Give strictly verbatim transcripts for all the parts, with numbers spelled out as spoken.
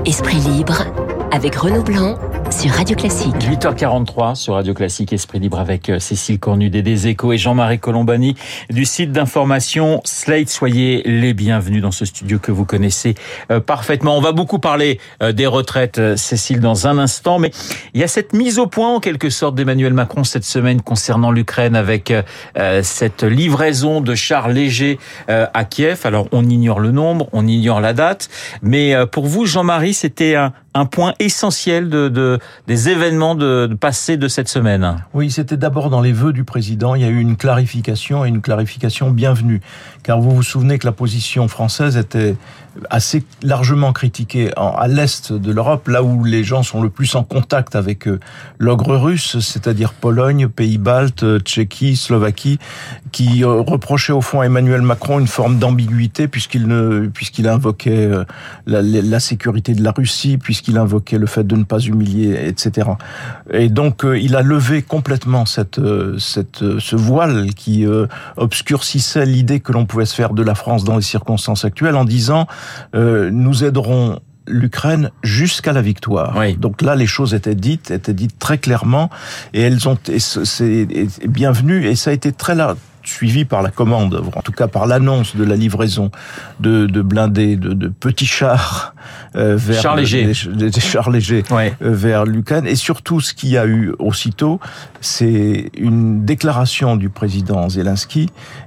Esprit libre avec Renaud Blanc sur Radio Classique. huit heures quarante-trois sur Radio Classique, Esprit libre avec Cécile Cornudet des Échos et Jean-Marie Colombani du site d'information Slate. Soyez les bienvenus dans ce studio que vous connaissez euh, parfaitement. On va beaucoup parler euh, des retraites, euh, Cécile, dans un instant, mais il y a cette mise au point en quelque sorte d'Emmanuel Macron cette semaine concernant l'Ukraine avec euh, cette livraison de chars légers euh, à Kiev. Alors on ignore le nombre, on ignore la date, mais euh, pour vous, Jean-Marie, c'était un un point essentiel de, de des événements de, de passés de cette semaine. Oui, c'était d'abord dans les vœux du président. Il y a eu une clarification et une clarification bienvenue. Car vous vous souvenez que la position française était assez largement critiquée à l'est de l'Europe, là où les gens sont le plus en contact avec l'ogre russe, c'est-à-dire Pologne, Pays-Baltes, Tchéquie, Slovaquie, qui reprochaient au fond à Emmanuel Macron une forme d'ambiguïté puisqu'il ne, puisqu'il invoquait la, la sécurité de la Russie, puisqu'il invoquait le fait de ne pas humilier, et cetera. Et donc, il a levé complètement cette, cette, ce voile qui obscurcissait l'idée que l'on pouvait se faire de la France dans les circonstances actuelles en disant euh, nous aiderons l'Ukraine jusqu'à la victoire. Oui. Donc là, les choses étaient dites, étaient dites très clairement, et elles ont, et c'est bienvenu, et ça a été très large, suivi par la commande, en tout cas par l'annonce de la livraison de, de blindés, de, de petits chars euh, vers chars légers, des, des chars légers ouais. euh, vers l'Ukraine. Et surtout, ce qu'il y a eu aussitôt, c'est une déclaration du président Zelensky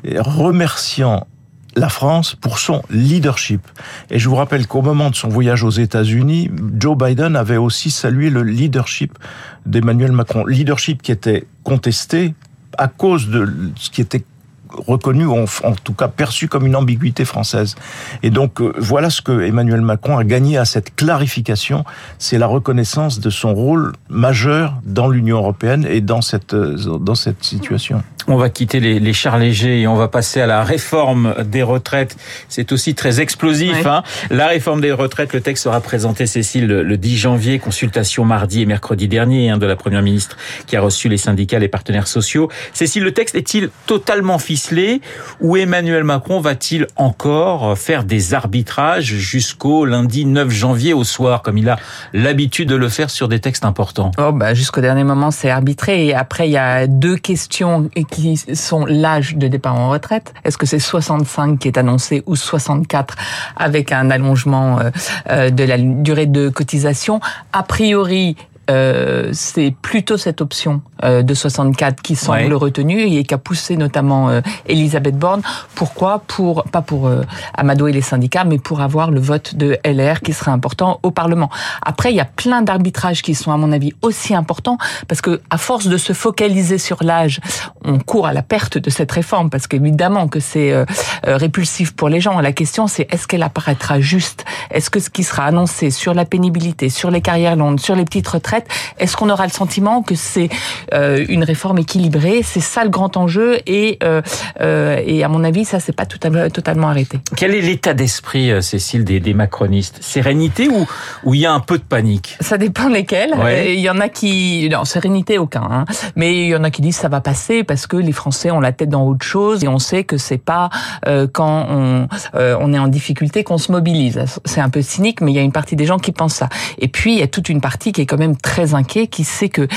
remerciant la France pour son leadership. Et je vous rappelle qu'au moment de son voyage aux États-Unis, Joe Biden avait aussi salué le leadership d'Emmanuel Macron. Leadership qui était contesté à cause de ce qui était reconnu, en, en tout cas perçu comme une ambiguïté française. Et donc, euh, voilà ce que Emmanuel Macron a gagné à cette clarification, c'est la reconnaissance de son rôle majeur dans l'Union européenne et dans cette, euh, dans cette situation. On va quitter les, les chars légers et on va passer à la réforme des retraites. C'est aussi très explosif. Oui. Hein. La réforme des retraites, le texte sera présenté, Cécile, le, le dix janvier, consultation mardi et mercredi dernier hein, de la Première ministre qui a reçu les syndicats, les partenaires sociaux. Cécile, le texte est-il totalement ficelé ou Emmanuel Macron va-t-il encore faire des arbitrages jusqu'au lundi neuf janvier au soir, comme il a l'habitude de le faire sur des textes importants? Oh bah jusqu'au dernier moment, c'est arbitré. Et après, il y a deux questions qui sont l'âge de départ en retraite. Est-ce que c'est soixante-cinq qui est annoncé ou soixante-quatre avec un allongement de la durée de cotisation? A priori, Euh, c'est plutôt cette option euh, de soixante-quatre qui semble ouais. retenue et qui a poussé notamment euh, Elisabeth Borne. Pourquoi? Pour pas pour euh, amadouer les syndicats, mais pour avoir le vote de L R qui serait important au Parlement. Après, il y a plein d'arbitrages qui sont à mon avis aussi importants parce que à force de se focaliser sur l'âge, on court à la perte de cette réforme parce qu'évidemment que c'est euh, euh, répulsif pour les gens. La question c'est est-ce qu'elle apparaîtra juste? Est-ce que ce qui sera annoncé sur la pénibilité, sur les carrières longues, sur les petites retraites, est-ce qu'on aura le sentiment que c'est euh, une réforme équilibrée? C'est ça le grand enjeu et, euh, euh, et à mon avis, ça, c'est pas tout à, totalement arrêté. Quel est l'état d'esprit, Cécile, des, des macronistes? Sérénité ou ou il y a un peu de panique? Ça dépend lesquels. Ouais. Il y en a qui... Non, sérénité, aucun. Hein. Mais il y en a qui disent ça va passer parce que les Français ont la tête dans autre chose et on sait que c'est pas euh, quand on, euh, on est en difficulté qu'on se mobilise. C'est un peu cynique, mais il y a une partie des gens qui pensent ça. Et puis, il y a toute une partie qui est quand même très inquiet, qui sait que,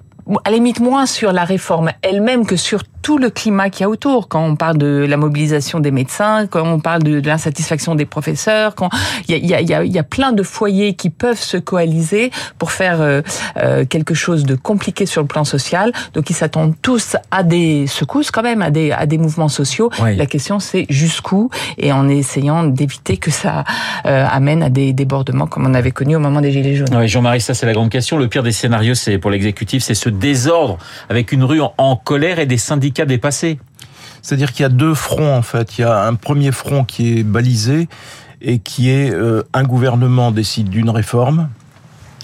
à la limite moins sur la réforme elle-même que sur tout le climat qu'il y a autour. Quand on parle de la mobilisation des médecins, quand on parle de, de l'insatisfaction des professeurs, quand il y a, il y a, il y a plein de foyers qui peuvent se coaliser pour faire euh, euh, quelque chose de compliqué sur le plan social. Donc ils s'attendent tous à des secousses quand même, à des, à des mouvements sociaux. Oui. La question c'est jusqu'où, et en essayant d'éviter que ça euh, amène à des débordements comme on avait connu au moment des Gilets jaunes. Oui, Jean-Marie, ça c'est la grande question. Le pire des scénarios, c'est pour l'exécutif, c'est ce désordre avec une rue en, en colère et des syndicats dépassés. C'est-à-dire qu'il y a deux fronts en fait. Il y a un premier front qui est balisé et qui est euh, un gouvernement décide d'une réforme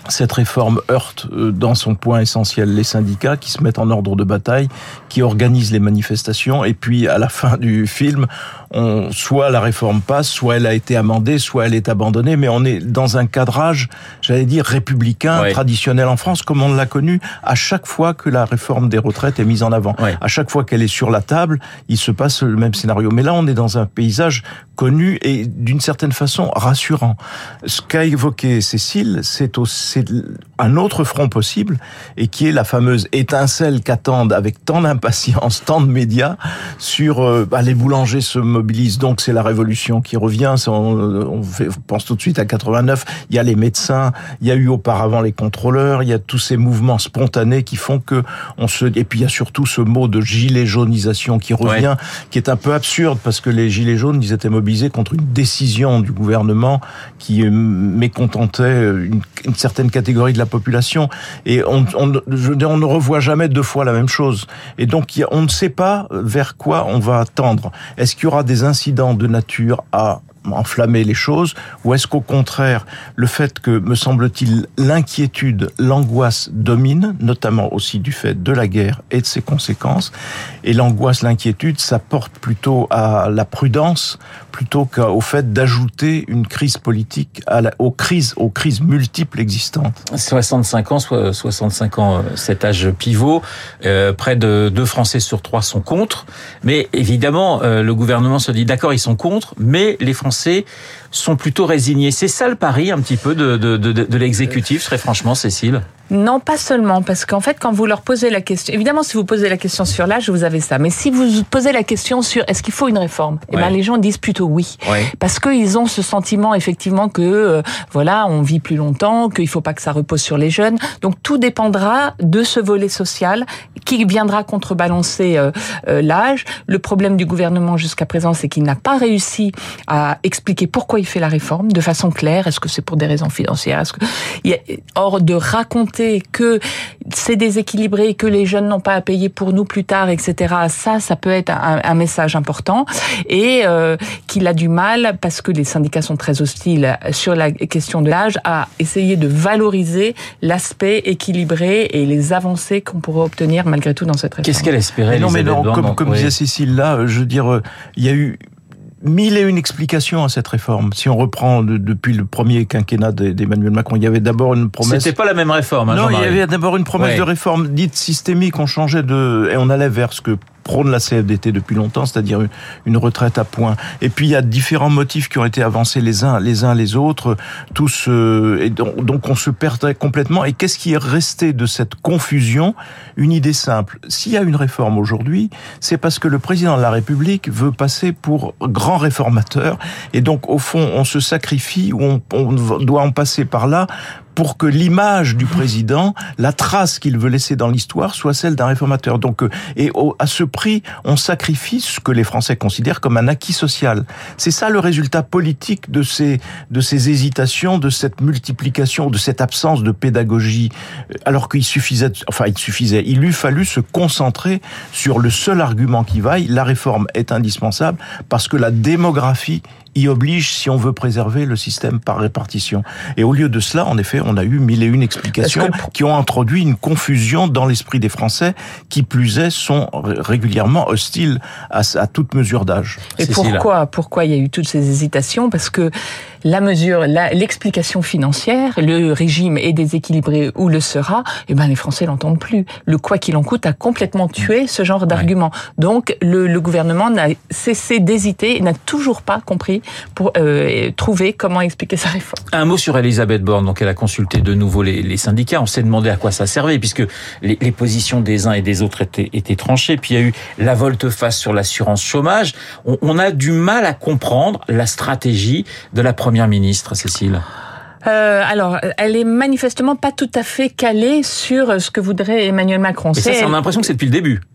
Cette réforme heurte dans son point essentiel les syndicats qui se mettent en ordre de bataille, qui organisent les manifestations, et puis à la fin du film, on, soit la réforme passe, soit elle a été amendée, soit elle est abandonnée, mais on est dans un cadrage, j'allais dire, républicain, ouais. traditionnel en France, comme on l'a connu à chaque fois que la réforme des retraites est mise en avant. Ouais. À chaque fois qu'elle est sur la table, il se passe le même scénario. Mais là, on est dans un paysage connu et d'une certaine façon rassurant. Ce qu'a évoqué Cécile, c'est aussi c'est un autre front possible, et qui est la fameuse étincelle qu'attendent avec tant d'impatience, tant de médias, sur euh, bah, les boulangers se mobilisent, donc c'est la révolution qui revient, on, on, fait, on pense tout de suite à quatre-vingt-neuf, il y a les médecins, il y a eu auparavant les contrôleurs, il y a tous ces mouvements spontanés qui font que on se... Et puis il y a surtout ce mot de gilet jaunisation qui revient, ouais. qui est un peu absurde, parce que les gilets jaunes, ils étaient mobilisés contre une décision du gouvernement qui mécontentait une, une certaine catégorie de la population, et on, on, je, on ne revoit jamais deux fois la même chose. Et donc, on ne sait pas vers quoi on va tendre. Est-ce qu'il y aura des incidents de nature à enflammer les choses, ou est-ce qu'au contraire, le fait que, me semble-t-il, l'inquiétude, l'angoisse domine, notamment aussi du fait de la guerre et de ses conséquences, et l'angoisse, l'inquiétude, ça porte plutôt à la prudence, plutôt qu'au fait d'ajouter une crise politique à la, aux crises, aux crises multiples existantes. soixante-cinq ans, soixante-cinq ans, cet âge pivot, euh, près de deux Français sur trois sont contre, mais évidemment, euh, le gouvernement se dit, d'accord, ils sont contre, mais les Français sont plutôt résignés. C'est ça le pari un petit peu de, de, de, de l'exécutif, très franchement, Cécile? Non, pas seulement, parce qu'en fait, quand vous leur posez la question, évidemment, si vous posez la question sur l'âge, vous avez ça. Mais si vous posez la question sur est-ce qu'il faut une réforme, ouais. eh ben les gens disent plutôt oui, ouais. parce qu'ils ont ce sentiment effectivement que euh, voilà, on vit plus longtemps, qu'il faut pas que ça repose sur les jeunes. Donc tout dépendra de ce volet social qui viendra contrebalancer euh, euh, l'âge. Le problème du gouvernement jusqu'à présent, c'est qu'il n'a pas réussi à expliquer pourquoi il fait la réforme de façon claire. Est-ce que c'est pour des raisons financières? Est-ce que il y a... Or de raconter que c'est déséquilibré, que les jeunes n'ont pas à payer pour nous plus tard, et cetera. Ça, ça peut être un, un message important, et euh, qu'il a du mal, parce que les syndicats sont très hostiles sur la question de l'âge, à essayer de valoriser l'aspect équilibré et les avancées qu'on pourrait obtenir malgré tout dans cette réforme. Qu'est-ce qu'elle espérait? Non, mais non, Blanc, comme, non, comme oui. disait Cécile là, je veux dire, il y a eu mille et une explications à cette réforme. Si on reprend de, depuis le premier quinquennat d'Emmanuel Macron, il y avait d'abord une promesse... C'était pas la même réforme, hein, non, Jean-Marie. Il y avait d'abord une promesse ouais. de réforme dite systémique. On changeait de... Et on allait vers ce que prône la C F D T depuis longtemps, c'est-à-dire une, une retraite à points. Et puis il y a différents motifs qui ont été avancés les uns les uns les autres, tous euh, et donc, donc on se perdait complètement. Et qu'est-ce qui est resté de cette confusion? Une idée simple. S'il y a une réforme aujourd'hui, c'est parce que le président de la République veut passer pour grand réformateur, et donc au fond on se sacrifie, ou on, on doit en passer par là pour que l'image du président, la trace qu'il veut laisser dans l'histoire, soit celle d'un réformateur. Donc, et au, à ce prix, on sacrifie ce que les Français considèrent comme un acquis social. C'est ça le résultat politique de ces de ces hésitations, de cette multiplication, de cette absence de pédagogie. Alors qu'il suffisait, enfin, il suffisait, il eût fallu se concentrer sur le seul argument qui vaille. La réforme est indispensable parce que la démographie y oblige si on veut préserver le système par répartition. Et au lieu de cela, en effet, on a eu mille et une explications que... qui ont introduit une confusion dans l'esprit des Français, qui plus est, sont régulièrement hostiles à, à toute mesure d'âge. Et Cécile. pourquoi Pourquoi il y a eu toutes ces hésitations? Parce que la mesure, la, l'explication financière, le régime est déséquilibré ou le sera, eh ben les Français l'entendent plus. Le quoi qu'il en coûte a complètement tué ce genre d'argument. Ouais. Donc le, le gouvernement n'a cessé d'hésiter, n'a toujours pas compris pour euh, trouver comment expliquer sa réforme. Un mot sur Elisabeth Borne. Donc elle a consulté de nouveau les, les syndicats. On s'est demandé à quoi ça servait, puisque les, les positions des uns et des autres étaient, étaient tranchées. Puis il y a eu la volte-face sur l'assurance chômage. On, on a du mal à comprendre la stratégie de la première ministre, Cécile. Euh, alors, elle est manifestement pas tout à fait calée sur ce que voudrait Emmanuel Macron. Et ça, on a l'impression que c'est depuis le début.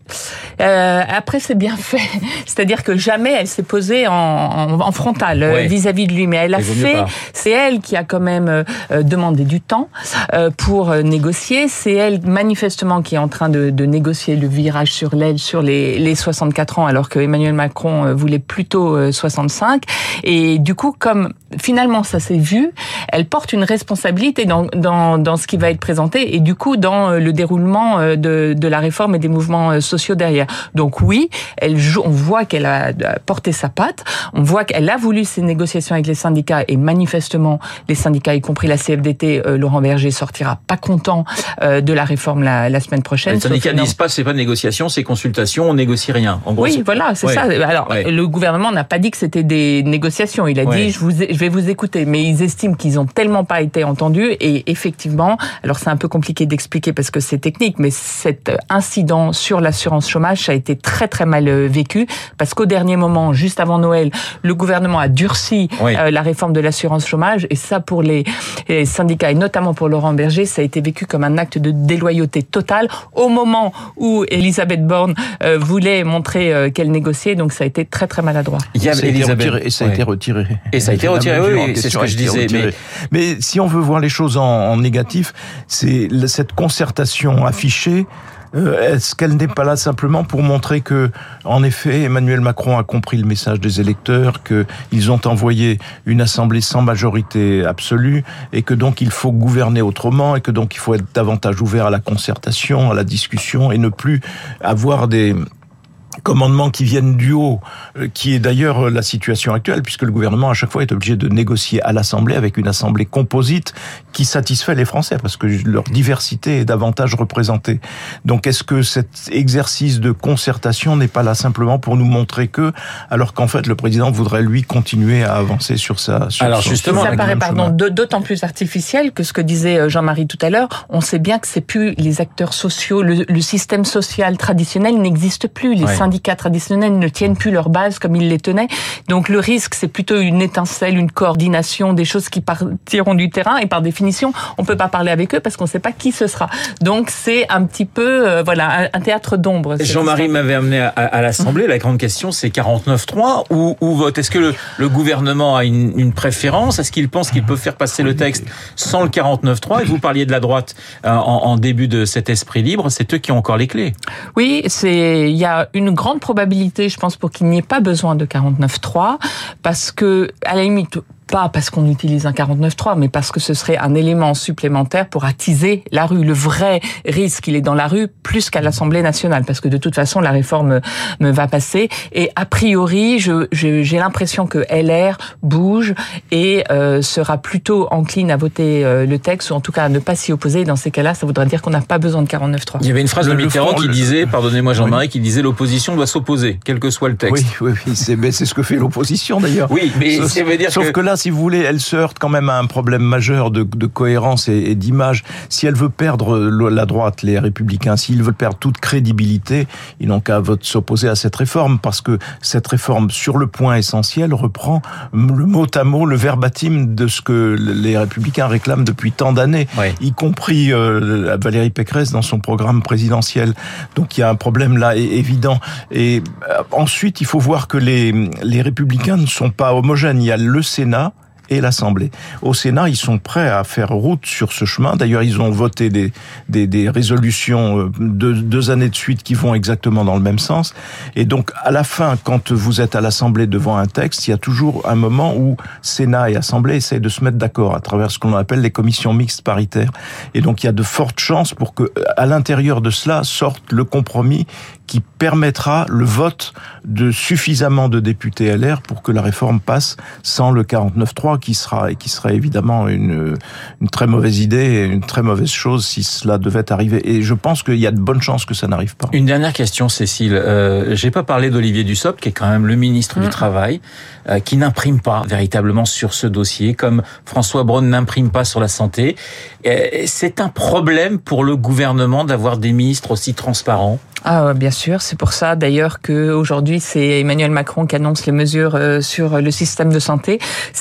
Euh, après, c'est bien fait. C'est-à-dire que jamais elle s'est posée en, en, en frontal ouais. vis-à-vis de lui. Mais elle a fait, c'est elle qui a quand même euh, demandé du temps euh, pour euh, négocier. C'est elle, manifestement, qui est en train de, de négocier le virage sur l'aile sur les, les soixante-quatre ans, alors que Emmanuel Macron euh, voulait plutôt euh, soixante-cinq. Et du coup, comme finalement ça s'est vu, elle porte une responsabilité dans, dans, dans ce qui va être présenté et du coup dans le déroulement de, de la réforme et des mouvements sociaux derrière. Donc oui, elle joue, on voit qu'elle a porté sa patte, on voit qu'elle a voulu ces négociations avec les syndicats et manifestement les syndicats, y compris la C F D T, euh, Laurent Berger sortira pas content euh, de la réforme la, la semaine prochaine. Les syndicats ne disent pas c'est pas de négociation, c'est consultation, on négocie rien. En gros, oui, c'est... voilà, c'est ouais. ça. Alors ouais. le gouvernement n'a pas dit que c'était des négociations, il a ouais. dit je, vous, je vais vous écouter, mais ils estiment qu'ils ont tellement pas été entendus et effectivement, alors c'est un peu compliqué d'expliquer parce que c'est technique, mais cet incident sur l'assurance chômage, ça a été très très mal vécu parce qu'au dernier moment, juste avant Noël, le gouvernement a durci oui. euh, la réforme de l'assurance chômage et ça pour les, les syndicats et notamment pour Laurent Berger, ça a été vécu comme un acte de déloyauté totale au moment où Elisabeth Borne euh, voulait montrer euh, qu'elle négociait, donc ça a été très très maladroit. Il y a Elisabeth... retiré, et ça a ouais. été retiré. Et ça a été retiré, oui, oui c'est ce que je disais. Mais... mais si on veut voir les choses en, en négatif, c'est cette concertation affichée. Euh, est-ce qu'elle n'est pas là simplement pour montrer que, en effet, Emmanuel Macron a compris le message des électeurs, qu'ils ont envoyé une assemblée sans majorité absolue, et que donc il faut gouverner autrement, et que donc il faut être davantage ouvert à la concertation, à la discussion, et ne plus avoir des commandements qui viennent du haut, qui est d'ailleurs la situation actuelle, puisque le gouvernement à chaque fois est obligé de négocier à l'Assemblée avec une Assemblée composite qui satisfait les Français, parce que leur diversité est davantage représentée. Donc est-ce que cet exercice de concertation n'est pas là simplement pour nous montrer que, alors qu'en fait le président voudrait lui continuer à avancer sur sa... Sur alors justement, ça paraît pardon, d'autant plus artificiel que ce que disait Jean-Marie tout à l'heure, on sait bien que c'est plus les acteurs sociaux, le, le système social traditionnel n'existe plus, les ouais. syndicats traditionnels ne tiennent plus leur base comme ils les tenaient. Donc le risque, c'est plutôt une étincelle, une coordination, des choses qui partiront du terrain. Et par définition, on peut pas parler avec eux parce qu'on ne sait pas qui ce sera. Donc c'est un petit peu, euh, voilà, un, un théâtre d'ombre. Jean-Marie m'avait amené à, à l'Assemblée. La grande question, c'est quarante-neuf trois ou, ou vote. Est-ce que le, le gouvernement a une, une préférence? Est-ce qu'il pense qu'il peut faire passer le texte sans le quarante-neuf trois? Et vous parliez de la droite euh, en, en début de cet esprit libre. C'est eux qui ont encore les clés. Oui, c'est, il y a une grande probabilité, je pense, pour qu'il n'y ait pas besoin de quarante-neuf trois, parce que, à la limite, pas parce qu'on utilise un quarante-neuf trois, mais parce que ce serait un élément supplémentaire pour attiser la rue. Le vrai risque, il est dans la rue plus qu'à l'Assemblée nationale, parce que de toute façon, la réforme me va passer. Et a priori, je, je, j'ai l'impression que L R bouge et euh, sera plutôt encline à voter euh, le texte, ou en tout cas à ne pas s'y opposer. Dans ces cas-là, ça voudrait dire qu'on n'a pas besoin de quarante-neuf trois. Il y avait une phrase le, de Mitterrand qui le... disait, pardonnez-moi Jean-Marie, oui. qui disait l'opposition doit s'opposer, quel que soit le texte. Oui, oui, oui c'est, mais c'est ce que fait l'opposition d'ailleurs. Oui, mais sauf, ça veut dire sauf que... que là, si vous voulez, elle se heurte quand même à un problème majeur de, de cohérence et, et d'image. Si elle veut perdre la droite, les Républicains, s'ils veulent perdre toute crédibilité, ils n'ont qu'à s'opposer à cette réforme, parce que cette réforme, sur le point essentiel, reprend le mot à mot, le verbatim de ce que les Républicains réclament depuis tant d'années, oui. y compris euh, Valérie Pécresse dans son programme présidentiel. Donc il y a un problème là évident. Et euh, ensuite, il faut voir que les, les Républicains ne sont pas homogènes. Il y a le Sénat et l'Assemblée. Au Sénat, ils sont prêts à faire route sur ce chemin. D'ailleurs, ils ont voté des, des, des résolutions de deux années de suite qui vont exactement dans le même sens. Et donc, à la fin, quand vous êtes à l'Assemblée devant un texte, il y a toujours un moment où Sénat et Assemblée essayent de se mettre d'accord à travers ce qu'on appelle les commissions mixtes paritaires. Et donc, il y a de fortes chances pour que, à l'intérieur de cela, sorte le compromis qui permettra le vote de suffisamment de députés L R pour que la réforme passe sans le quarante-neuf trois, qui sera, et qui serait évidemment une, une très mauvaise idée et une très mauvaise chose si cela devait arriver. Et je pense qu'il y a de bonnes chances que ça n'arrive pas. Une dernière question, Cécile. Euh, j'ai pas parlé d'Olivier Dussopt, qui est quand même le ministre mmh. du Travail, euh, qui n'imprime pas véritablement sur ce dossier, comme François Braun n'imprime pas sur la santé. Euh, c'est un problème pour le gouvernement d'avoir des ministres aussi transparents? Ah, bien sûr. C'est pour ça, d'ailleurs, que aujourd'hui, c'est Emmanuel Macron qui annonce les mesures sur le système de santé. C'est pour ça qu'Éric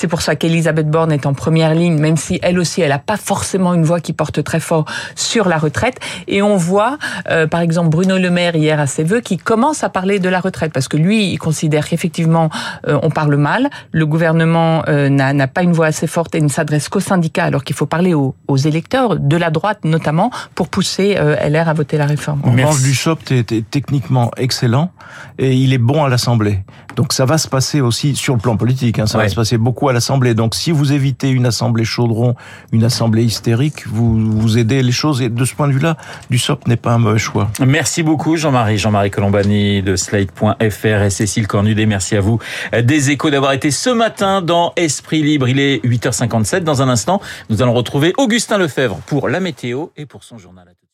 qu'Elisabeth Borne est en première ligne, même si elle aussi, elle n'a pas forcément une voix qui porte très fort sur la retraite. Et on voit, euh, par exemple, Bruno Le Maire hier à ses vœux, qui commence à parler de la retraite, parce que lui, il considère qu'effectivement, euh, on parle mal, le gouvernement euh, n'a, n'a pas une voix assez forte et ne s'adresse qu'aux syndicats, alors qu'il faut parler aux, aux électeurs, de la droite notamment, pour pousser euh, L R à voter la réforme. En revanche, Dussopt est, est techniquement excellent et il est bon à l'Assemblée. Donc ça va se passer aussi sur le plan politique, hein, ça ouais. va se passer beaucoup à l'Assemblée. Donc si vous évitez une Assemblée chaudron, une Assemblée hystérique, vous, vous aidez les choses. Et de ce point de vue-là, Dussopt n'est pas un mauvais choix. Merci beaucoup Jean-Marie, Jean-Marie Colombani de Slate point F R et Cécile Cornudet. Merci à vous des Échos d'avoir été ce matin dans Esprit Libre. Il est huit heures cinquante-sept. Dans un instant, nous allons retrouver Augustin Lefebvre pour la météo et pour son journal.